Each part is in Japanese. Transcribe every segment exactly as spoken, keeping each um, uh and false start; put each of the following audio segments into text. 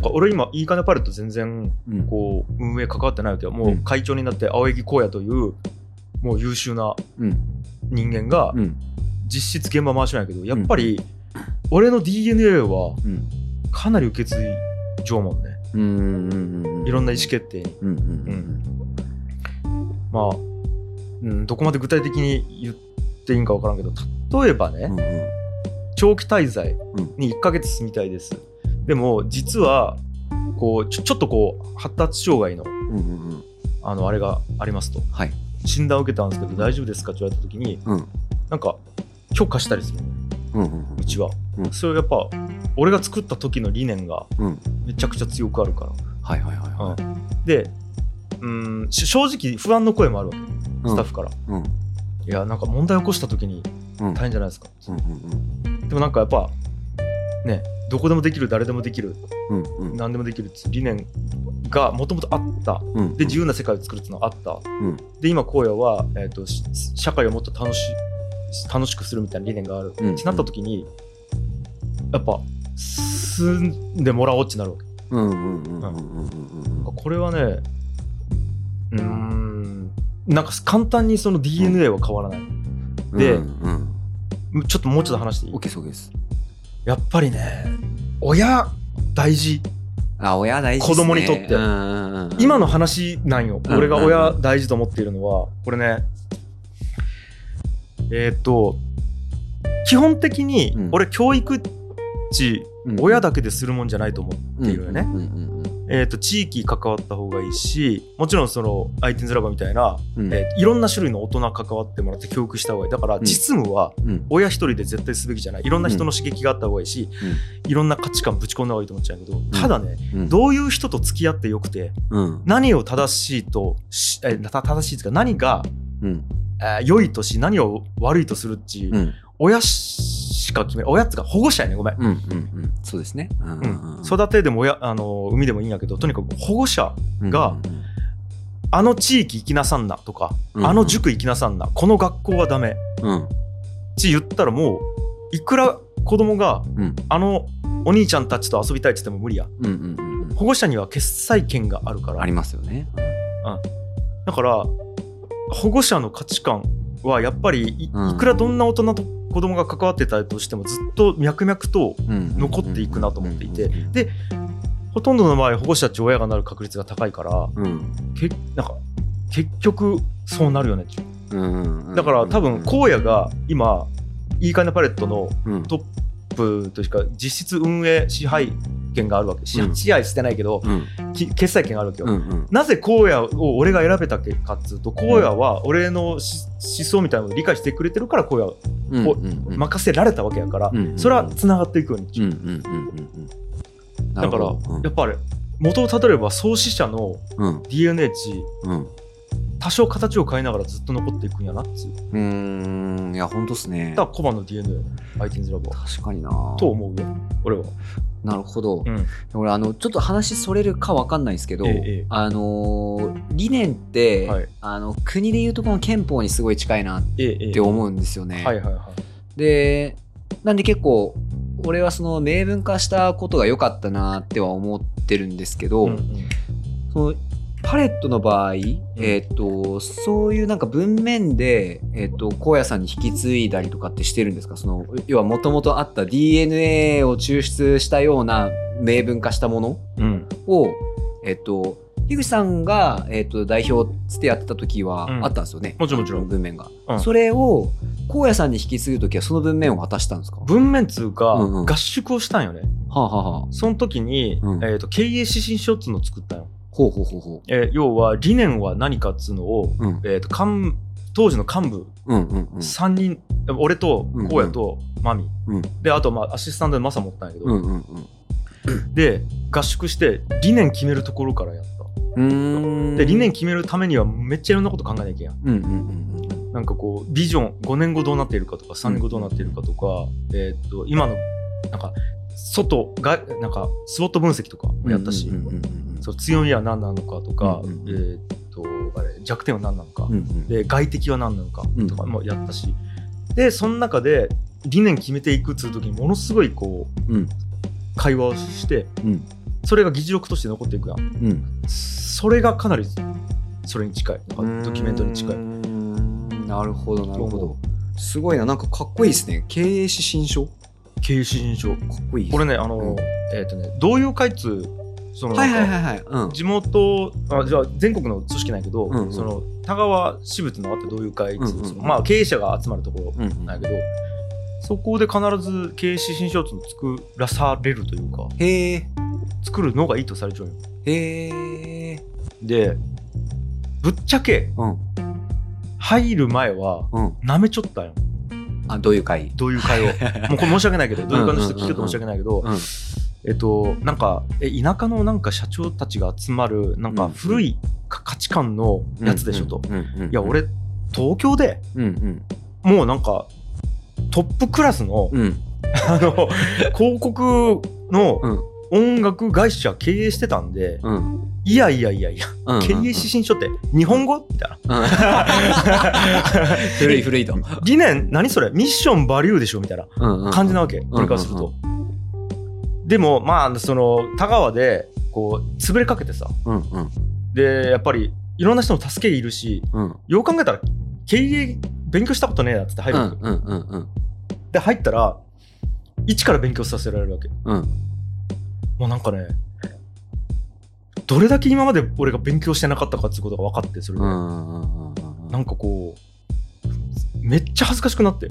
か俺今いいかねパレット全然こう運営関わってないわけど、もう会長になって青柳光也というもう優秀な人間が実質現場回しないけど、やっぱり俺の ディーエヌエー はかなり受け継いじょうもんね、うんうんうん、いろんな意思決定に、うんうんうん、まあ、うん、どこまで具体的に言っていいんか分からんけど、例えばね、うんうん、長期滞在にいっかげつ住みたいです、うん、でも実はこう ちょ, ちょっとこう発達障害の、うんうんうん、あのあれがありますと、はい、診断を受けたんですけど大丈夫ですかって言われた時に、うん、なんか許可したりする、うんうんうん、うちは、うん、それやっぱ俺が作った時の理念がめちゃくちゃ強くあるから、うん、はいはいはい、はい、うん、でうーん正直不安の声もあるわけ、うん、スタッフから、うん、いやなんか問題起こした時に大変じゃないですか、うんうんうん、でもなんかやっぱねどこでもできる誰でもできる、うんうん、何でもできるっていう理念がもともとあった、うんうん、で自由な世界を作るっていうのがあった、うん、で今荒野は、えーと、社会をもっと楽し楽しくするみたいな理念がある、うんうん、ってなった時にやっぱ住んでもらおうってなるわけ。これはねうーんなんか簡単にその ディーエヌエー は変わらない、うん、で、うんうん、ちょっともうちょっと話していい？ OK です。 やっぱりね親大事。 あ、親大事ですね。 子供にとって、うんうんうん、今の話なんよ、うんうんうん、俺が親大事と思っているのはこれねえー、っと基本的に俺教育値、うん、親だけでするもんじゃないと思っているよね、うんうんうんうん、えー、っと地域関わった方がいいし、もちろんそのアイテンズラバーみたいな、うんえー、いろんな種類の大人関わってもらって教育した方がいい。だから実務は親一人で絶対すべきじゃない。いろんな人の刺激があった方がいいし、うん、いろんな価値観ぶち込んだ方がいいと思っちゃうけど、うん、ただね、うん、どういう人と付き合ってよくて、うん、何を正しいとし、えー、正しいですか、何が、うんえー、良いとし何を悪いとするっていう、うん、親しか決める。親っつか保護者やね、ごめん、うんうんうん、 そうですね、うんうんうん、育てでも親あの産みでもいいんやけど、とにかく保護者が、うんうんうん、あの地域行きなさんなとか、うんうん、あの塾行きなさんな、この学校はダメ、うん、って言ったらもういくら子供が、うん、あのお兄ちゃんたちと遊びたいって言っても無理や、うんうんうん、保護者には決裁権があるから。 ありますよね、 うん、だから保護者の価値観はやっぱり い,、うん、いくらどんな大人と子供が関わってたとしてもずっと脈々と残っていくなと思っていて、でほとんどの場合保護者って親がなる確率が高いから、うん、けなんか結局そうなるよねっていう、うんうんうん、だから多分荒野が今いいかねパレットのトップとしか実質運営支配権があるわけ、支配してないけど、うん、決裁権があるわけよ、うんうん、なぜ荒野を俺が選べたかっていうと、荒野は俺の思想みたいなのを理解してくれてるから荒野を任せられたわけやから、うんうんうん、それはつながっていくように、うんうんうんうん、だから、うん、やっぱり元をたどれば創始者の ディーエヌエー 値、うん、多少形を変えながらずっと残っていくんやなっていう。 うーん、いや本当っすね。 だからコバの ディーエヌエー アイテンズラボは確かになと思うよ俺は。 なるほど、うん、俺あのちょっと話それるか分かんないんですけど、ええ、あの理念って、はい、あの国でいうとこの憲法にすごい近いなって思うんですよね、ええはいはいはい、でなんで結構俺はその明文化したことが良かったなっては思ってるんですけど、うんうん、そのパレットの場合、うんえー、とそういうなんか文面で、えー、と荒野さんに引き継いだりとかってしてるんですか？その要はもともとあった ディーエヌエー を抽出したような明文化したものを、うんえー、と樋口さんが、えー、と代表つてやってた時はあったんですよね、 うん、もちろんもちろん文面が、うん、それを荒野さんに引き継ぐ時はその文面を渡したんですか？ 文面つうか、うんうん、合宿をしたんよね、はあはあ、その時に、うんえー、と経営指針書っつうのを作ったよ。 ほうほうほうほう、 えー、要は理念は何かっつうのを、うんえー、と幹当時の幹部、うんうんうん、さんにん俺と荒野とマミ、うんうん、であとまあアシスタントでマサ持ったんやけど、うんうんうん、で合宿して理念決めるところからやった。うーんで理念決めるためにはめっちゃいろんなこと考えなきゃいけん、うんうんうん、なんかこうビジョンごねんごどうなっているかとかさんねんごどうなっているかとか、うんえー、と今のなんか外がなんかスウォット分析とかもやったし、うんうんうんうんそう強みは何なのかとか、うんうんうんえー、とあれ弱点は何なのか、うんうん、で外敵は何なのかとかもやったし、うん、でその中で理念決めていくっていう時にものすごいこう、うん、会話をして、うん、 それが議事録として残っていくやん、うん、それがかなりそれに近い、なんかドキュメントに近い。 なるほどなるほど、すごいな、なんかかっこいいですね。経営指針書経営指針書かっこいい。 これね、あの、うん、えっ、ー、とね同友会っつうそのはいはいはいはい、うん、 地元あじゃあ全国の組織ないけど、うんうん、その田川支部ってのがあって同友会っつう、うんうん、まあ経営者が集まるところなんやけど、うんうん、そこで必ず経営指針書を作らされるというか、 へえ、 作るのがいいとされちゃうよ。 へえ。 でぶっちゃけ、うん、入る前はなめちょったよ、 うん、あどういう会どういう会をもうこれ申し訳ないけどどういう会の人聞くと申し訳ないけど、うんうんうん、えっとなんかえ田舎のなんか社長たちが集まるなんか古い価値観のやつでしょと、いや俺東京で、うんうん、もうなんかトップクラスの、うん、あの広告の、うん音楽会社経営してたんで、うん、いやいやいやいや、うんうんうん、経営指針書って日本語みたいな、うん、 古い古いと理念何それミッションバリューでしょみたいな感じなわけ、うんうん、俺からすると、うんうんうん、でもまあその田川でこう潰れかけてさ、うんうん、でやっぱりいろんな人の助けいるし、うん、よく考えたら経営勉強したことねえなっつって入るわけ、うんうんうんうん、で入ったら一から勉強させられるわけ、うんもうなんかねどれだけ今まで俺が勉強してなかったかっていうことが分かって、それでなんかこうめっちゃ恥ずかしくなって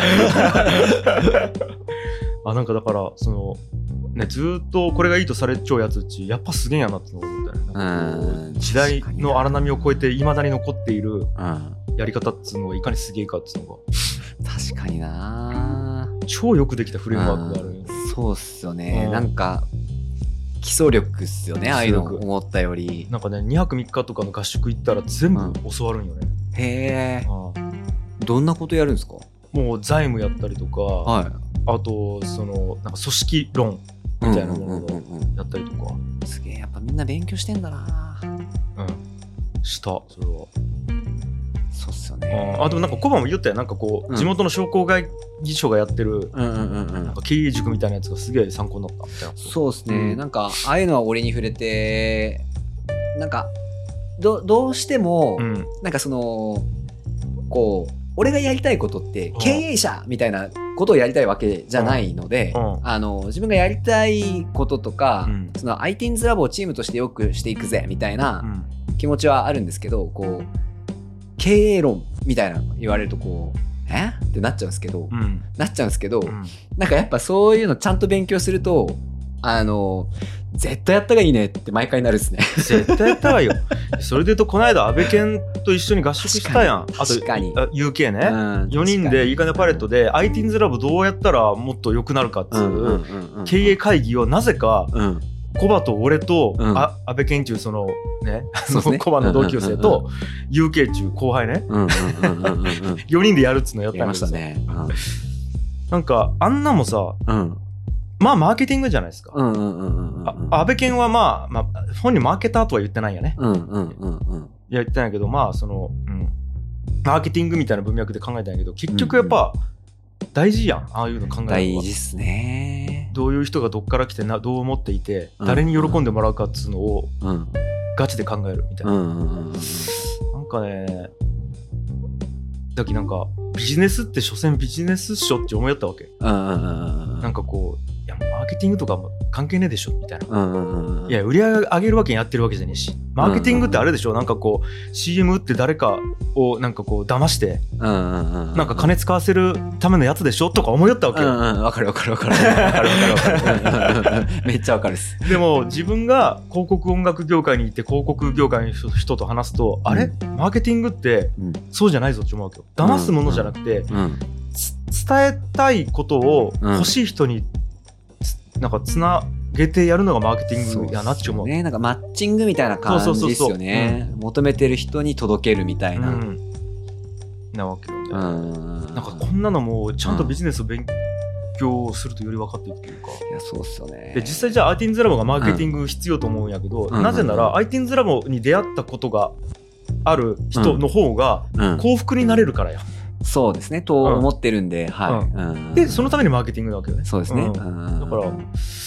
あなんかだからそのねずっとこれがいいとされちゃうやつうちやっぱすげえやなって思ったね。なんか時代の荒波を超えていまだに残っているやり方っつうのがいかにすげえかっつうのが確かにな超よくできたフレームワークがある。 そうっすよね、うん、なんか基礎力っすよね、ああいうの思ったより。 なんかねにはくみっかとかの合宿行ったら全部教わるんよね、 うん、へえ、うん、どんなことやるんですか？ もう財務やったりとか、はい、あとそのなんか組織論みたいなものをやったりとか、うんうんうんうん、 すげえやっぱみんな勉強してんだな。 うんしたそれは。 そうっすよね。 あ, あでもなんかコバも言ったよ、なんかこう、うん、地元の商工会議所がやってる、うんうんうんうん、なんか経営塾みたいなやつがすげえ参考になったみたいな。 そうですね、うん、なんかああいうのは俺に触れてなんか ど, どうしても、うん、なんかそのこう俺がやりたいことって経営者みたいなことをやりたいわけじゃないので、うんうん、あの自分がやりたいこととか、うん、その アイティーンズ ラボをチームとしてよくしていくぜみたいな気持ちはあるんですけど、こう経営論みたいなの言われるとこうえってなっちゃうんですけど、うん、なっちゃうんですけど、うん、なんかやっぱそういうのちゃんと勉強するとあの絶対やったがいいねって毎回なるですね。 絶対やったがいいよ。それで言うとこの間安倍健と一緒に合宿したやん。 確かにあと ユーケー ね、うん、よにんでいいかねパレットで アイティーンズ ラボどうやったらもっと良くなるかっていう経営会議をなぜか、うんコバと俺と、うん、あ安倍健中そのねそのコバの同級生と ユーケー 中後輩ねよにんでやるっつうのやったんですよ。やりましたね、うん、なんかあんなもさ、うん、まあマーケティングじゃないですか。安倍健はまあ、まあ、本人マーケターとは言ってないよね。うんうんうんうん、いや言ってないけどまあその、うん、マーケティングみたいな文脈で考えたんやけど結局やっぱ、うんうん大事やん、ああいうの考えるのは。 大事っすね。 どういう人がどっから来てなどう思っていて、うん、誰に喜んでもらうかっつうのを、うん、ガチで考えるみたいな、うんうんうん、なんかねだきなんかビジネスって所詮ビジネスっしょって思いやったわけ、うんうんうん、なんかこういやマーケティングとかも関係ねえでしょみたいな、うんうんうん、いや売り上げ上げるわけにやってるわけじゃねえしマーケティングってあれでしょ、なんかこう シーエム って誰かをなんかこう騙して、うんうんうん、なんか金使わせるためのやつでしょとか思いよったわけよ。 うんうん、わかるわかるわかるわかるわかるめっちゃわかるです。 でも自分が広告音楽業界に行って広告業界の人と話すと、うん、あれマーケティングってそうじゃないぞって思うわけよ。騙すものじゃなくて、うんうん、伝えたいことを欲しい人になんかつなげてやるのがマーケティングやなって思う。そうですね、 なんかマッチングみたいな感じですよね。求めてる人に届けるみたいな、うん、 なわけよね。なんかこんなのもちゃんとビジネスを勉強するとより分かっていくというか、 いやそうっすよね。 で実際じゃあ アイティーンズ ラボがマーケティング必要と思うんやけど、うん、なぜなら アイティーンズ ラボに出会ったことがある人の方が幸福になれるからや、 うん、そうですねと思ってるんで、うん、はい、うん、 でそのためにマーケティングなわけよね。 そうですね、 うん、だから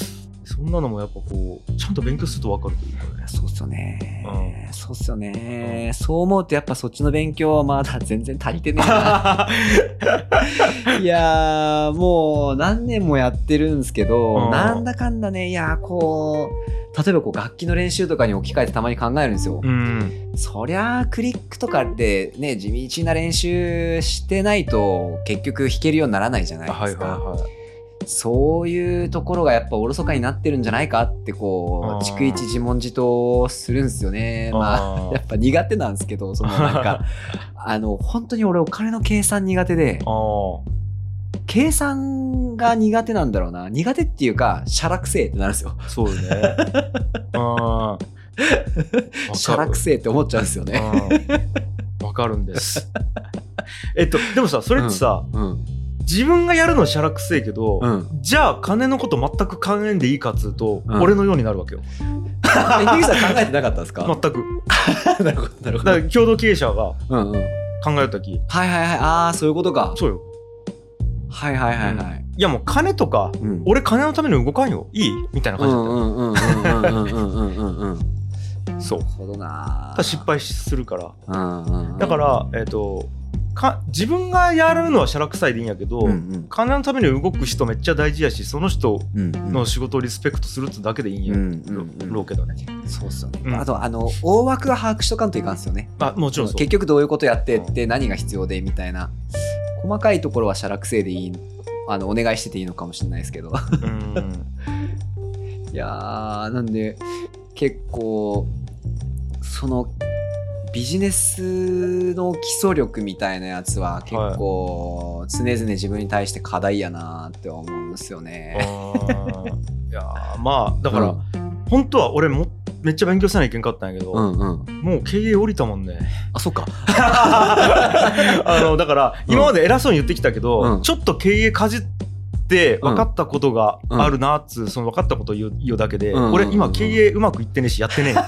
そんなのもやっぱこうちゃんと勉強すると分かるというかね。 そうっすよね、うん、そうっすよね、うん、そう思うとやっぱそっちの勉強はまだ全然足りてねえないやーもう何年もやってるんですけど、うん、なんだかんだね、いやーこう例えばこう楽器の練習とかに置き換えてたまに考えるんですよ、うん、そりゃあクリックとかでね地道な練習してないと結局弾けるようにならないじゃないですか、はいはいはい、そういうところがやっぱおろそかになってるんじゃないかってこう逐一自問自答するんですよね。まあやっぱ苦手なんですけど、そのなんかあの本当に俺お金の計算苦手で、計算が苦手なんだろうな、苦手っていうかしゃらくせえってなるんですよ。 そうよねあしゃらくせえって思っちゃうんですよね。 わかるんですえっとでもさそれってさ、うんうん、自分がやるのしゃらくせえけど、うん、じゃあ金のこと全く考えんでいいかっつうと、うん、俺のようになるわけよ。 え、樋口さん考えてなかったんですか？ 全くなるほどなるほど。 だから共同経営者が考えた時、 はいはいはい、ああそういうことか。 そうよ。 はいはいはいはい、うん、 いやもう金とか、うん、俺金のために動かんよいいみたいな感じだったよ。うんうんうんうんうんうんうんそう。なるほどな。失敗するから、うんうんうん、だからえっ、ー、とか自分がやるのはしゃらくさいでいいんやけど、うんうん、金のために動く人めっちゃ大事やし、その人の仕事をリスペクトするってだけでいいんや、うんうん、ろうけどね。 そうっすよね、うん、あとあの大枠は把握しとかんといかんすよね。 あもちろんそう。 結局どういうことやってって何が必要でみたいな細かいところはしゃらくせいでいい、あのお願いしてていいのかもしれないですけどうんいやーなんで結構そのビジネスの基礎力みたいなやつは結構常々自分に対して課題やなって思うんですよね。 あいやまあだから、うん、本当は俺もめっちゃ勉強せないけんかったんやけど、うんうん、もう経営降りたもんね。 あそっかあのだから今まで偉そうに言ってきたけど、うん、ちょっと経営かじって分かったことがあるなっつう、うん、その分かったことを言う、言うだけで、うんうんうん、俺今経営うまくいってねえしやってねえ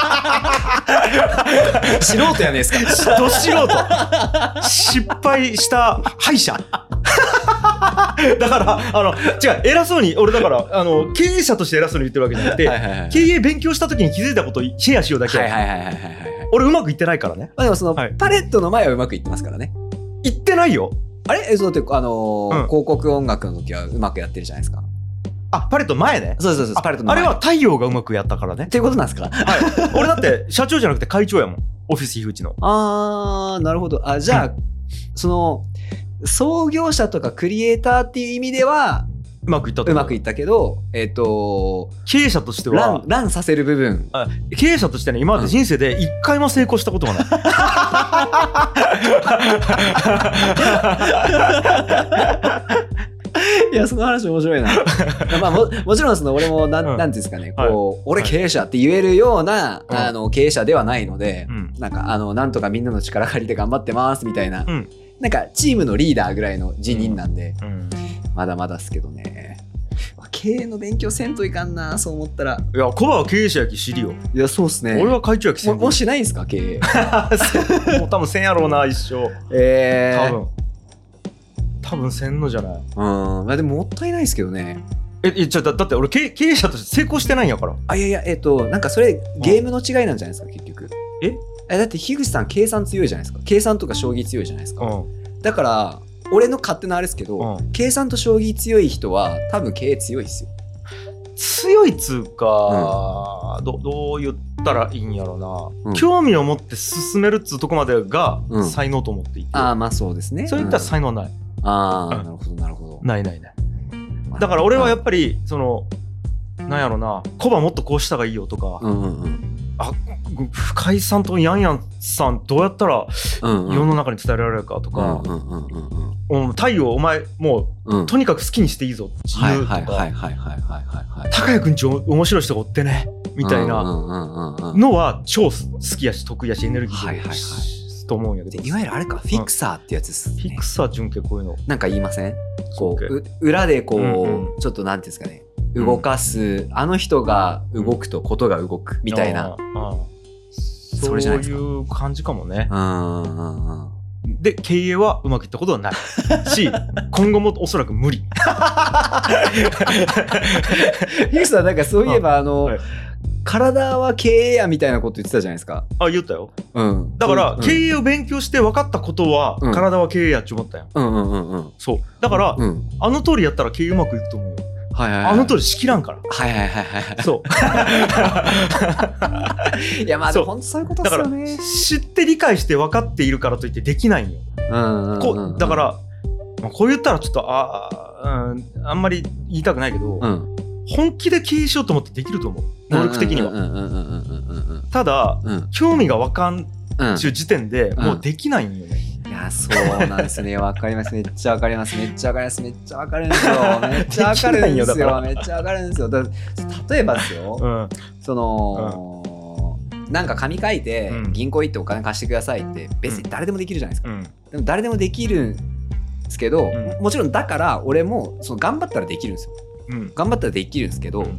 素人やねえすか。 ど素人失敗した敗者だからあの違う偉そうに俺だからあの経営者として偉そうに言ってるわけじゃなくて、はいはいはい、経営勉強した時に気づいたことをシェアしようだけ。俺うまくいってないからね。 まあ、でもその、はい、パレットの前はうまくいってますからね。 いってないよ。 あれそうってあのーうん、広告音楽の時はうまくやってるじゃないですか。 あパレット前ね。 そうそうそう。パレットの前。 あれは太陽がうまくやったからね。 っていうことなんですか。 はい。俺だって社長じゃなくて会長やもん。オフィス樋口の。 あーなるほど。あじゃあ、うん、その創業者とかクリエイターっていう意味ではうまくいったとうまくいったけど、えっ、ー、と経営者としてはラン、ランさせる部分。 あ経営者としてね今まで人生で一回も成功したことがない。 いやその話面白いな。まあ も, もちろんその俺もなん、うん、なんていうんですかねこう、はい、俺経営者って言えるような、はい、あの経営者ではないので、うん、なんかあのなんとかみんなの力借りて頑張ってますみたいな、うん、なんかチームのリーダーぐらいの辞任なんで、うんうん、まだまだっすけどね。経営の勉強せんといかんなそう思ったら。 いやコバは経営者やき知りよ。 いやそうっすね。 俺は会長やきせん。 も, もうしないんすか経営。 もう多分せんやろうな一生。えー、多分多分せんのじゃない。うんまあでももったいないですけどね。 ええちょだだって俺経営者として成功してないんやから。 あいやいやえっとなんかそれゲームの違いなんじゃないですか結局。 ええだって樋口さん計算強いじゃないですか。計算とか将棋強いじゃないですか、うん、だから俺の勝手なあれですけど、うん、計算と将棋強い人は多分経営強いですよ。 強いっつうか、うん、ど, どう言ったらいいんやろな、うん、興味を持って進めるっつうとこまでが才能と思っていて、うん、 ああまあそうですね。 そういったら才能ない、 うん、ああ、うん、なるほどなるほど。 ないないない。だから俺はやっぱりそのなんやろなコバもっとこうしたがいいよとか、うんうんうん、あ深井さんとヤンヤンさんどうやったら世の中に伝えられるかとか、太陽お前もう、うん、とにかく好きにしていいぞ自由とか高谷くんち面白い人がおってねみたいなのは超好きやし得意やしエネルギーで、はいはいはい、と思うんやけど、 いわゆるあれか、うん、フィクサーってやつですね。 フィクサー純系こういうのなんか言いません？こうう裏でこう、うんうん、ちょっとなんていうんですかね動かす、うん、あの人が動くとことが動くみたいな、うん、ああそういう感じかもね。うんうんうん。 で経営はうまくいったことはないし今後もおそらく無理。 ヒクさんなんかそういえばあの、はい、体は経営やみたいなこと言ってたじゃないですか。 あ、言ったよ、 うん、 だから、うん、経営を勉強して分かったことは、うん、体は経営やって思ったやん、 うんうんうんうん、 そうだから、うん、あの通りやったら経営うまくいくと思うよ。はいはいはい、あの通り仕切らんから。 はいはいはいはい。 そう。 いやまあでも本当そういうことですよね。 だから知って理解して分かっているからといってできないんよ。うんうんうんうん、こだから、まあ、こう言ったらちょっとあ、うん、あんまり言いたくないけど、うん、本気で経営しようと思ってできると思う。能力的には。ただ、うん、興味が分かんちゅう時点でもうできないんよね。 いやそうなんですね。わかります。めっちゃわかります。めっちゃわかります。めっちゃわかるんですよ。めっちゃわかるんですよ。めっちゃわかるんですよ。だ例えばですよ。うん、その、うん、なんか紙書いて、うん、銀行行ってお金貸してくださいって別に誰でもできるじゃないですか。うん、でも誰でもできるんですけど、うん、もちろんだから俺もその頑張ったらできるんですよ。うん、頑張ったらできるんですけど、うん、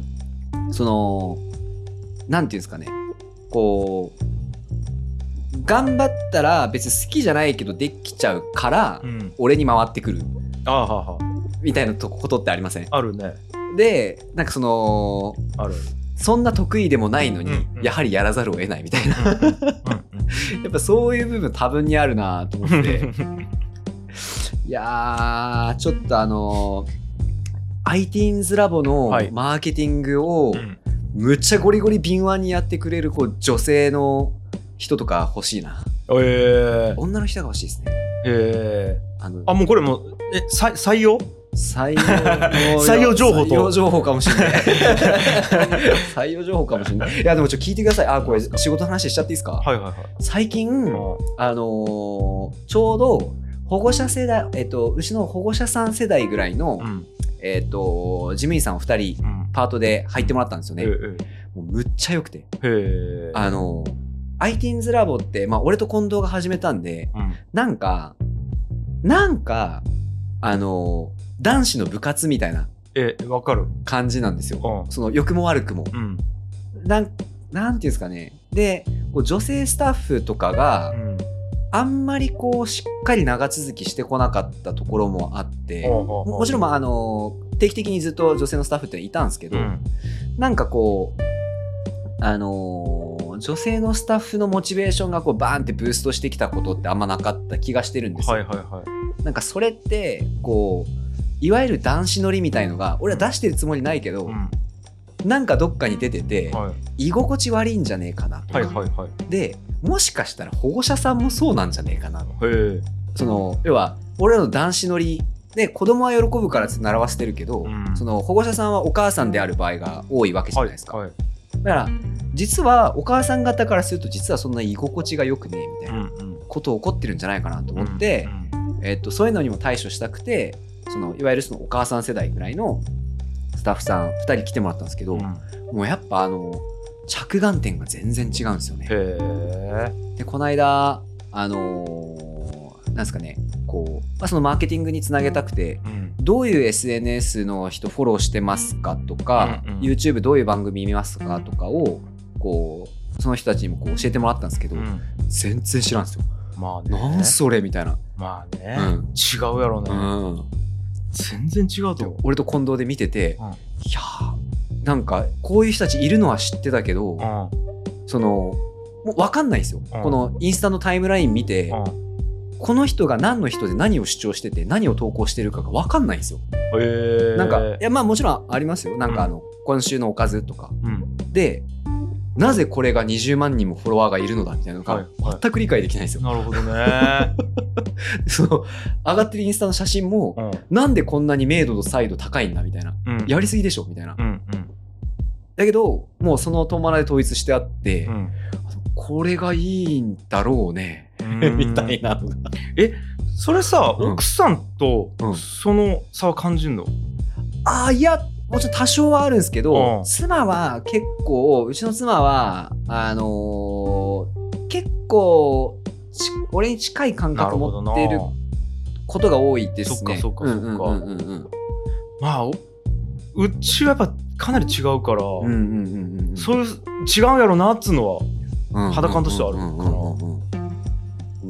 そのなんていうんですかね、こう。頑張ったら別に好きじゃないけどできちゃうから、うん、俺に回ってくるあははみたいなことってありません？ あるね。 でなんかそのあるそんな得意でもないのに、うんうん、やはりやらざるを得ないみたいなやっぱそういう部分多分にあるなと思っていやーちょっとあの アイティーンズ ラボのマーケティングをむっちゃゴリゴリ敏腕にやってくれるこう女性の人とか欲しいな。えー、女の人が欲しいですね。 えー、あのあもうこれもうえ採採用採用採用情報と採用情報かもしれない採用情報かもしれない。いやでもちょっと聞いてください。あこれ仕事の話しちゃっていいですか？ はいはいはい。 最近あのー、ちょうど保護者世代えっとうちの保護者さん世代ぐらいの、うん、えっと事務員さんをふたりパートで入ってもらったんですよね。うん、もうむっちゃ良くて。へあのーアイティーンズ ラボって、まあ、俺と近藤が始めたんで、うん、なんか、なんか、あの、男子の部活みたいなえ、わかる感じなんですよ。うん、その、良くも悪くも。うん、なん、なんていうんですかね。で、こう女性スタッフとかが、うん、あんまりこう、しっかり長続きしてこなかったところもあって、うん、もちろん、まあ、あの、定期的にずっと女性のスタッフっていたんですけど、うん、なんかこう、あのー、女性のスタッフのモチベーションがこうバーンってブーストしてきたことってあんまなかった気がしてるんですよ。はいはいはい、なんかそれってこういわゆる男子乗りみたいのが俺は出してるつもりないけど、うん、なんかどっかに出てて、はい、居心地悪いんじゃねえかなとか、はいはいはい、でもしかしたら保護者さんもそうなんじゃねえかなと。へその要は俺らの男子乗りで子供は喜ぶからって習わせてるけど、うん、その保護者さんはお母さんである場合が多いわけじゃないですか。はいはいだから実はお母さん方からすると実はそんな居心地が良くねえみたいなこと起こってるんじゃないかなと思って、うんうんえー、とそういうのにも対処したくてそのいわゆるそのお母さん世代ぐらいのスタッフさんふたり来てもらったんですけど、うん、もうやっぱあの着眼点が全然違うんですよね。へーでこの間あのー、なんですかねこう、まあ、そのマーケティングにつなげたくて、うん、どういう エスエヌエス の人フォローしてますかとか、うんうん、YouTube どういう番組見ますかとかをこうその人たちにもこう教えてもらったんですけど、うん、全然知らんすよ。まあね、なんそれみたいな。 まあね、うん、違うやろうね、うん、全然違うと思う。 俺と近藤で見てて、うん、いやなんかこういう人たちいるのは知ってたけど、うん、そのもう分かんないんですよ、うん、このインスタのタイムライン見て、うんこの人が何の人で何を主張してて何を投稿してるかが分かんないんですよ。へーなんかいやまあもちろんありますよ。なんかあの、うん、今週のおかずとか、うん、でなぜこれがにじゅうまんにんもフォロワーがいるのだみたいなのが、はいはい、全く理解できないんですよ。 なるほどねその上がってるインスタの写真も、うん、なんでこんなに明度と彩度高いんだみたいな、うん、やりすぎでしょみたいな、うんうん、だけどもうその友達で統一してあって、うん、これがいいんだろうねみたいなのがえそれさ、うん、奥さんとその差は感じるの？ ああいやもちろん多少はあるんですけど、うん、妻は結構うちの妻はあのー、結構俺に近い感覚持ってることが多いですね。 そっかそっかそっか、うんうんうんうん、まあうちはやっぱかなり違うから、うんうんうんうん、そういう違うやろなっつうのは肌感としてはあるかな。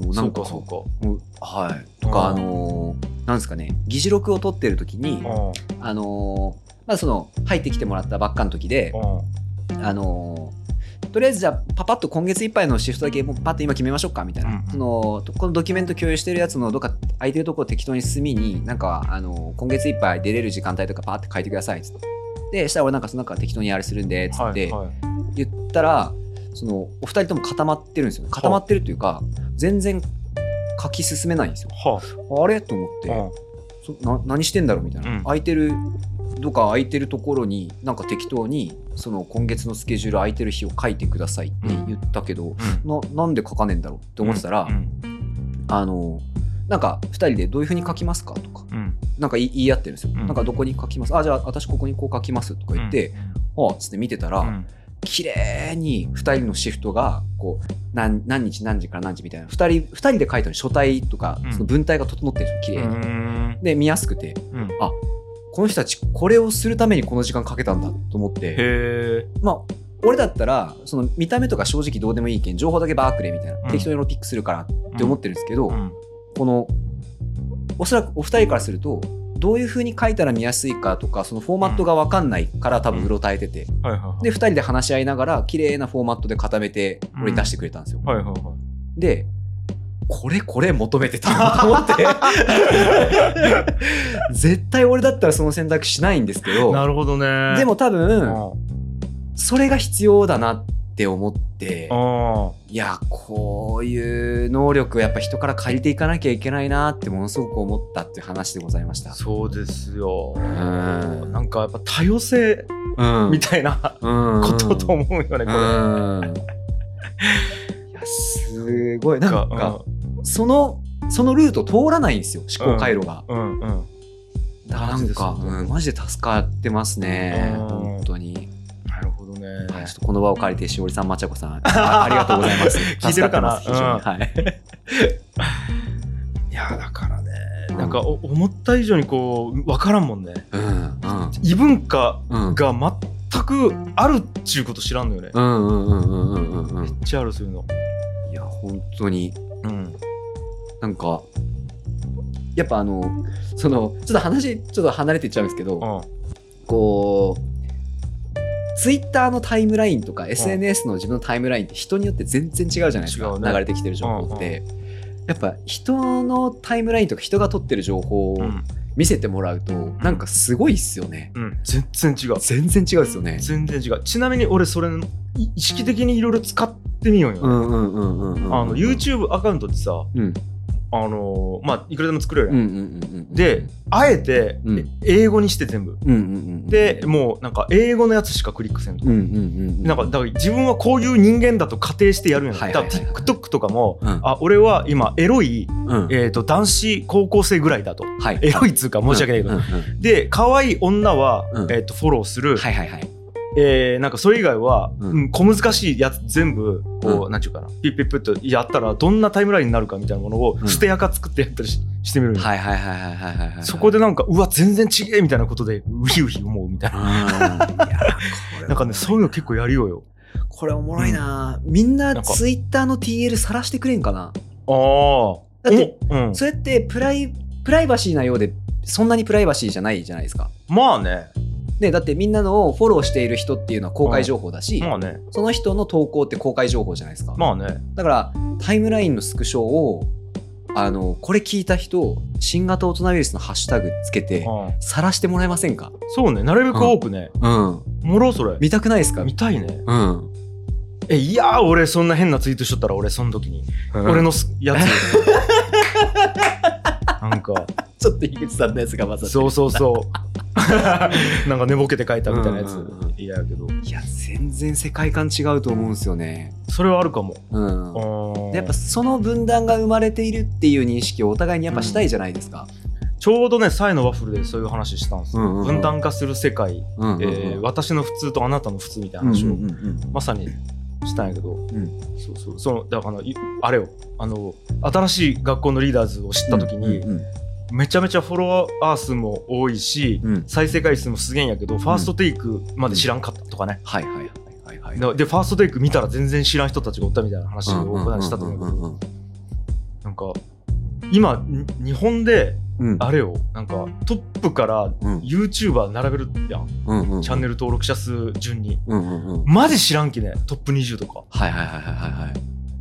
うなんかそうかそうかはいとかあのー、なんですかね議事録を取ってる時にあのー、まあその入ってきてもらったばっかの時であのーとりあえずじゃあパパッと今月いっぱいのシフトだけもうパッと今決めましょうかみたいな、うん、そのこのドキュメント共有してるやつのどっか空いてるところを適当に隅になんかあの今月いっぱい出れる時間帯とかパーって書いてくださいっつってでしたら俺なんかその中適当にあれするんでっつって言ったら、はいはい、そのお二人とも固まってるんですよね固まってるというか全然書き進めないんですよ、はあ、あれと思って、はあ、そな何してんだろうみたいな、うん、空いてるどっか空いてるところになんか適当にその今月のスケジュール空いてる日を書いてくださいって言ったけど、うん、な, なんで書かねえんだろうって思ってたら、うん、あのなんかふたりでどういう風に書きますかとか、うん、なんか言い合ってるんですよ、うん、なんかどこに書きますあじゃあ私ここにこう書きますとか言って、うん、はあつって見てたら、うん、綺麗にふたりのシフトがこう 何, 何日何時から何時みたいなふたりふたりで書いたのに書体とか、うん、その文体が整ってるんですよ綺麗に、うん、で見やすくて、うん、あこの人たちこれをするためにこの時間かけたんだと思ってへまあ俺だったらその見た目とか正直どうでもいいけん情報だけバーくれみたいな、うん、適当にピックするからって思ってるんですけど、うん、このおそらくお二人からするとどういう風に書いたら見やすいかとかそのフォーマットが分かんないから多分うろたえてて、うんはいはいはい、でふたりで話し合いながら綺麗なフォーマットで固めて俺に出してくれたんですよ、うんはいはいはい、でこれこれ求めてたなと思って絶対俺だったらその選択しないんですけどなるほどねでも多分それが必要だなって思っていやこういう能力をやっぱ人から借りていかなきゃいけないなってものすごく思ったっていう話でございましたそうですようんなんかやっぱ多様性みたいなことと思うよねこれうんいやすごいなんかそのそのルート通らないんですよ思考回路が、うんうんうん、だからなんかマジで、うん、マジで助かってますね本当になるほどね、 はい、ちょっとこの場を借りてしおりさんまちゃこさん あ, ありがとうございます聞いてるかな、 うんはい、 いやだからね、うん、なんか思った以上にこう分からんもんね、うんうん、異文化が全くあるっちゅうこと知らんのよねめっちゃあるそういうのいや本当にうんなんかやっぱあのそのちょっと話ちょっと離れていっちゃうんですけど、うん、こうツイッターのタイムラインとか エスエヌエス の自分のタイムラインって人によって全然違うじゃないですか、ね、流れてきてる情報って、うんうん、やっぱ人のタイムラインとか人が取ってる情報を見せてもらうと、うん、なんかすごいっすよね、 うん、全然違う全然違うっすよね全然違うちなみに俺それ意識的にいろいろ使ってみようよ、ね、うんうんうんうん、あの YouTube アカウントってさ、うんあのー、まあいくらでも作れるやん、うんうんうんうん、であえて、うん、英語にして全部、うんうんうん、でもうなんか英語のやつしかクリックせんと、うんうんうん、なんかだから自分はこういう人間だと仮定してやるんやん、はいはいはいはい、だから TikTok とかも、うん、あ俺は今エロい、うんえー、と男子高校生ぐらいだと、はい、エロいっつうか申し訳ないけど、うんうんうん、で可愛い女は、うんえー、とフォローする、はいはいはいえー、なんかそれ以外は、うん、小難しいやつ全部こう、うん、なんちゅうかなピッピッピッとやったらどんなタイムラインになるかみたいなものを捨てやか作ってやったり し, してみる、はいはいはいはいはいはいそこでなんかうわ全然違えみたいなことでウヒウヒ思うみたいな、うん、いやなんかねそういうの結構やりようよこれおもろいな、うん、みんなツイッターの ティーエル 晒してくれんかなあだって、うん、それってプライプライバシーなようでそんなにプライバシーじゃないじゃないですかまあねね、だってみんなのフォローしている人っていうのは公開情報だし、うんまあね、その人の投稿って公開情報じゃないですか。 まあね。 だからタイムラインのスクショをあのこれ聞いた人新型大人ウイルスのハッシュタグつけて晒してもらえませんか？ そうねなるべく多くね。うん。うん、もろそれ。 見たくないですか？ 見たいね。うん。えいやー俺そんな変なツイートしとったら俺その時に、うん、俺のやつなんかちょっと井口さんのやつが混ざってる。 そうそうそう。なんか寝ぼけて書いたみたいなやつ嫌やけど、 いや全然世界観違うと思うんですよね。 それはあるかも、 うん、でやっぱその分断が生まれているっていう認識をお互いにやっぱしたいじゃないですか、 うん、ちょうどねサイのワッフルでそういう話したんですよ、うんうんうん、分断化する世界、うんうんうんえー、私の普通とあなたの普通みたいな話を、うんうんうん、まさにしたんやけど、うん、そうそうそのだからあれよあの新しい学校のリーダーズを知った時に、うんうんうんめちゃめちゃフォロワー数も多いし、うん、再生回数もすげえんやけど、うん、ファーストテイクまで知らんかったとかね、うん、はいはいはいはいはいでファーストテイク見たら全然知らん人たちがおったみたいな話をこの間したと思うけどなんか今日本であれよ、うん、なんかトップから YouTuber 並べるやん、うんうんうん、チャンネル登録者数順に、うんうんうん、マジ知らんきねトップにじゅうとか。 はいはいはいはいはい。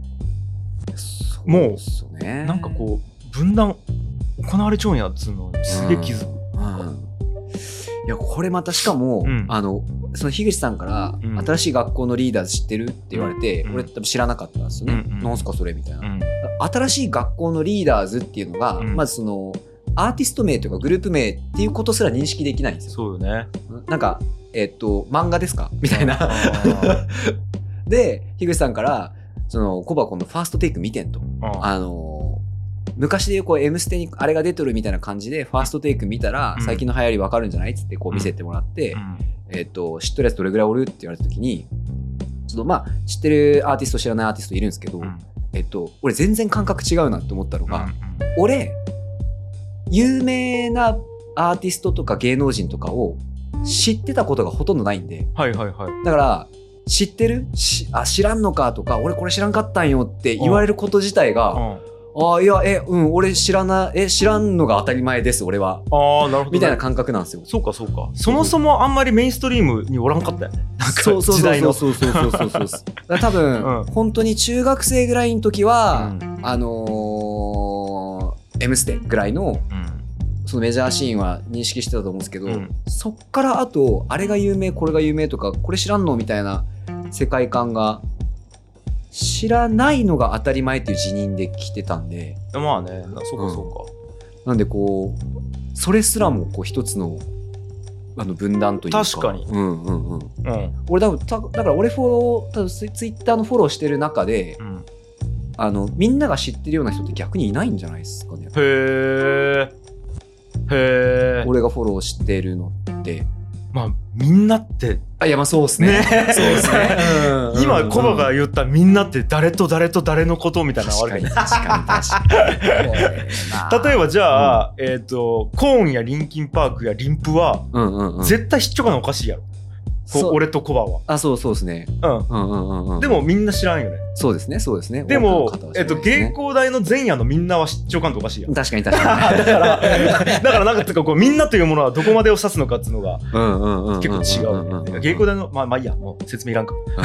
もう、ね、なんかこう分断行われちゃうんやっつうのすげえ気づく、うんうん、 いやこれまたしかも、うん、あのその樋口さんから、うん、新しい学校のリーダーズ知ってるって言われて、うん、俺多分知らなかったんですよね、うんうん、なんすかそれみたいな、うん、新しい学校のリーダーズっていうのが、うん、まずそのアーティスト名というかグループ名っていうことすら認識できないんですよ。 そうよね。 なんかえっと漫画ですかみたいなで樋口さんからそのコバコのファーストテイク見てんと、あの昔でいうこう M ステにあれが出てるみたいな感じでファーストテイク見たら最近の流行り分かるんじゃないっつってこう見せてもらって、うんうん、えっと知ってるやつどれぐらいおるって言われた時にちょっとまあ知ってるアーティスト知らないアーティストいるんですけど、うん、えっと俺全然感覚違うなって思ったのが、うんうん、俺有名なアーティストとか芸能人とかを知ってたことがほとんどないんで、 はいはいはい、 だから知ってるしあ知らんのかとか俺これ知らんかったんよって言われること自体が、うん、あいやえうん俺知らなえ知らんのが当たり前です俺はあなるほど、ね、 みたいな感覚なんですよ。 そうかそうか。そもそもあんまりメインストリームにおらんかったよね。なんか時代のそうそうそうそうそうそうそう多分、うん、本当に中学生ぐらいの時は、うん、あのー、M ステぐらいの、うんそのメジャーシーンは認識してたと思うんですけど、うん、そっからあとあれが有名これが有名とかこれ知らんのみたいな世界観が知らないのが当たり前っていう辞任で来てたんでまあねそうかそうか、 うん、なんでこうそれすらもこう一つのあの分断というか確かにうんうんうん、うん、俺多分ただから俺フォロー多分ツイッターのフォローしてる中で、うん、あのみんなが知ってるような人って逆にいないんじゃないですかね。 へーへ俺がフォローしてるのってまあみんなってあいやまあそうですね。そうですね。 今コバが言ったみんなって誰と誰と誰のことみたいなのあるけど。 確かに確かに。 例えばじゃあ、うん、えっ、ー、とコーンやリンキンパークやリンプは、うんうんうん、絶対知っちょかなおかしいやろ。俺とコバはあそうそうですね、うんうんうんうん、でもみんな知らんよね。 そうですねそうですね。 でも、ねえっと、芸工大の前夜のみんなは知っちょかんとおかしいやん。 確かに確かにだからだからなんかつかこうみんなというものはどこまでを指すのかっていうのが結構違う。芸工大のまあまあいいやもう説明いらんか、うん、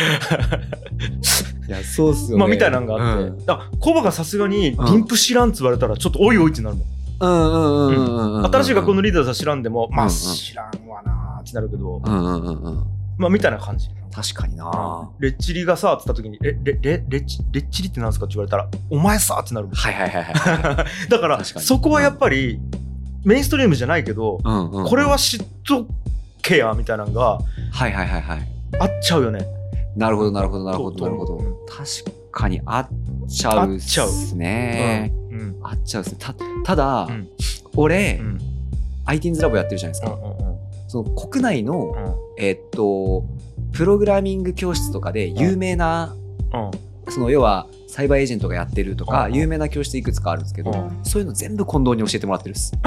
いやそうっすよね、 まあ、みたいなのがあって、うん、だからコバがさすがにリンプ知らんっつ言われたらちょっとおいおいってなるもん。新しい学校のリーダーさ知らんでもまあ知らんわなってなるけど、うんうんうんうん、まあみたいな感じ。 確かにな。 レッチリがさって言った時にレレレレッチレッチリってなんすかって言われたらお前さってなる。 はいはいはいはい。 だからそこはやっぱり、うん、メインストリームじゃないけど、うんうんうん、これは知っとけやみたいなのがはいはいはいはいあっちゃうよね。 なるほどなるほどなるほどなるほど。確かにあっちゃうっすね。うんうん、あっちゃうっすね。たただ、うん、俺、うん、アイティーンズ ラボやってるじゃないですか。うんうんうん、その国内の、うん、えー、っとプログラミング教室とかで有名な、うん、その要はサイバーエージェントがやってるとか、うん、有名な教室いくつかあるんですけど、うん、そういうの全部近藤に教えてもらってるっす。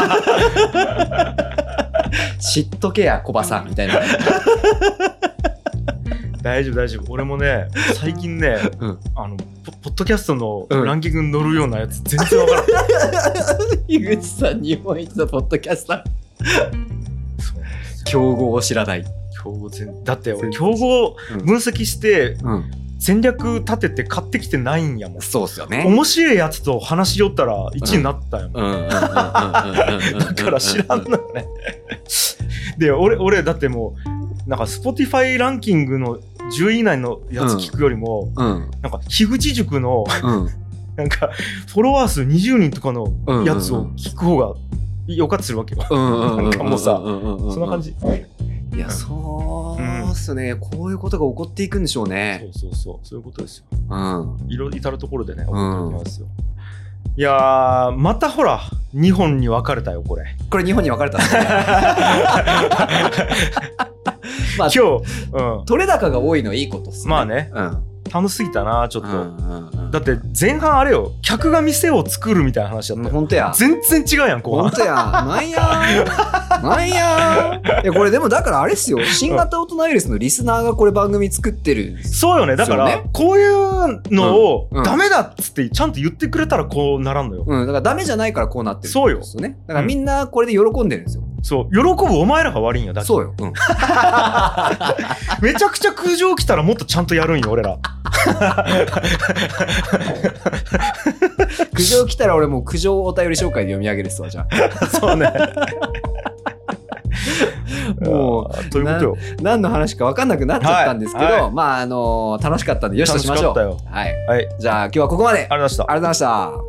知っとけやコバさんみたいな。 大丈夫大丈夫。俺もね最近ね、うん、あの ポ, ポッドキャストのランキングに載るようなやつ全然わからない。 井口さん日本一のポッドキャスター。競合を知らない。 競合全だって俺競合分析して戦略立てて買ってきてないんやもん。 そうっすよね。 面白いやつと話しよったらいちいになったよ。だから知らんのよね。で俺俺だってもうなんか Spotify ランキングのじゅうい以内のやつ聞くよりも、うん、なんか樋口塾の、うん、なんかフォロワー数にじゅうにんとかのやつを聞く方がよかったりするわけよ。なんかもうさそんな感じ。 いやそうっすね、うん、こういうことが起こっていくんでしょうね。 そうそうそうそういうことですよ。うん、いろ至るところでね起こっていきますよ。うん、いやーまたほらにほんに分かれたよこれ。 これにほんに分かれたんですね。まあ、今日、うん、取れ高が多いのはいいことっすね。 まあね、うん、 楽しすぎたなちょっと、うんうんうん、だって前半あれよ客が店を作るみたいな話だったよ。 ほんとや全然違うやん後半。 ほんとやなんやなんやいやこれでもだからあれっすよ新型大人ウイルスのリスナーがこれ番組作ってるんですよ、 そうよねだからこういうのをダメだっつってちゃんと言ってくれたらこうならんのよ、 うん、だからダメじゃないからこうなってるんですよね。 そうよだからみんなこれで喜んでるんですよ、うん、 そう喜ぶお前らが悪いんよだってそうよ、うん、 めちゃくちゃ苦情来たらもっとちゃんとやるんよ俺ら苦情来たら俺もう苦情お便り紹介で読み上げるっすわじゃあそうねもうということよ何の話か分かんなくなっちゃったんですけど、はいはい、まああのー、楽しかったんでよしとしましょう。 楽しかったよ、 はいはい、じゃあ今日はここまで。 ありがとうございました。 ありがとうございました。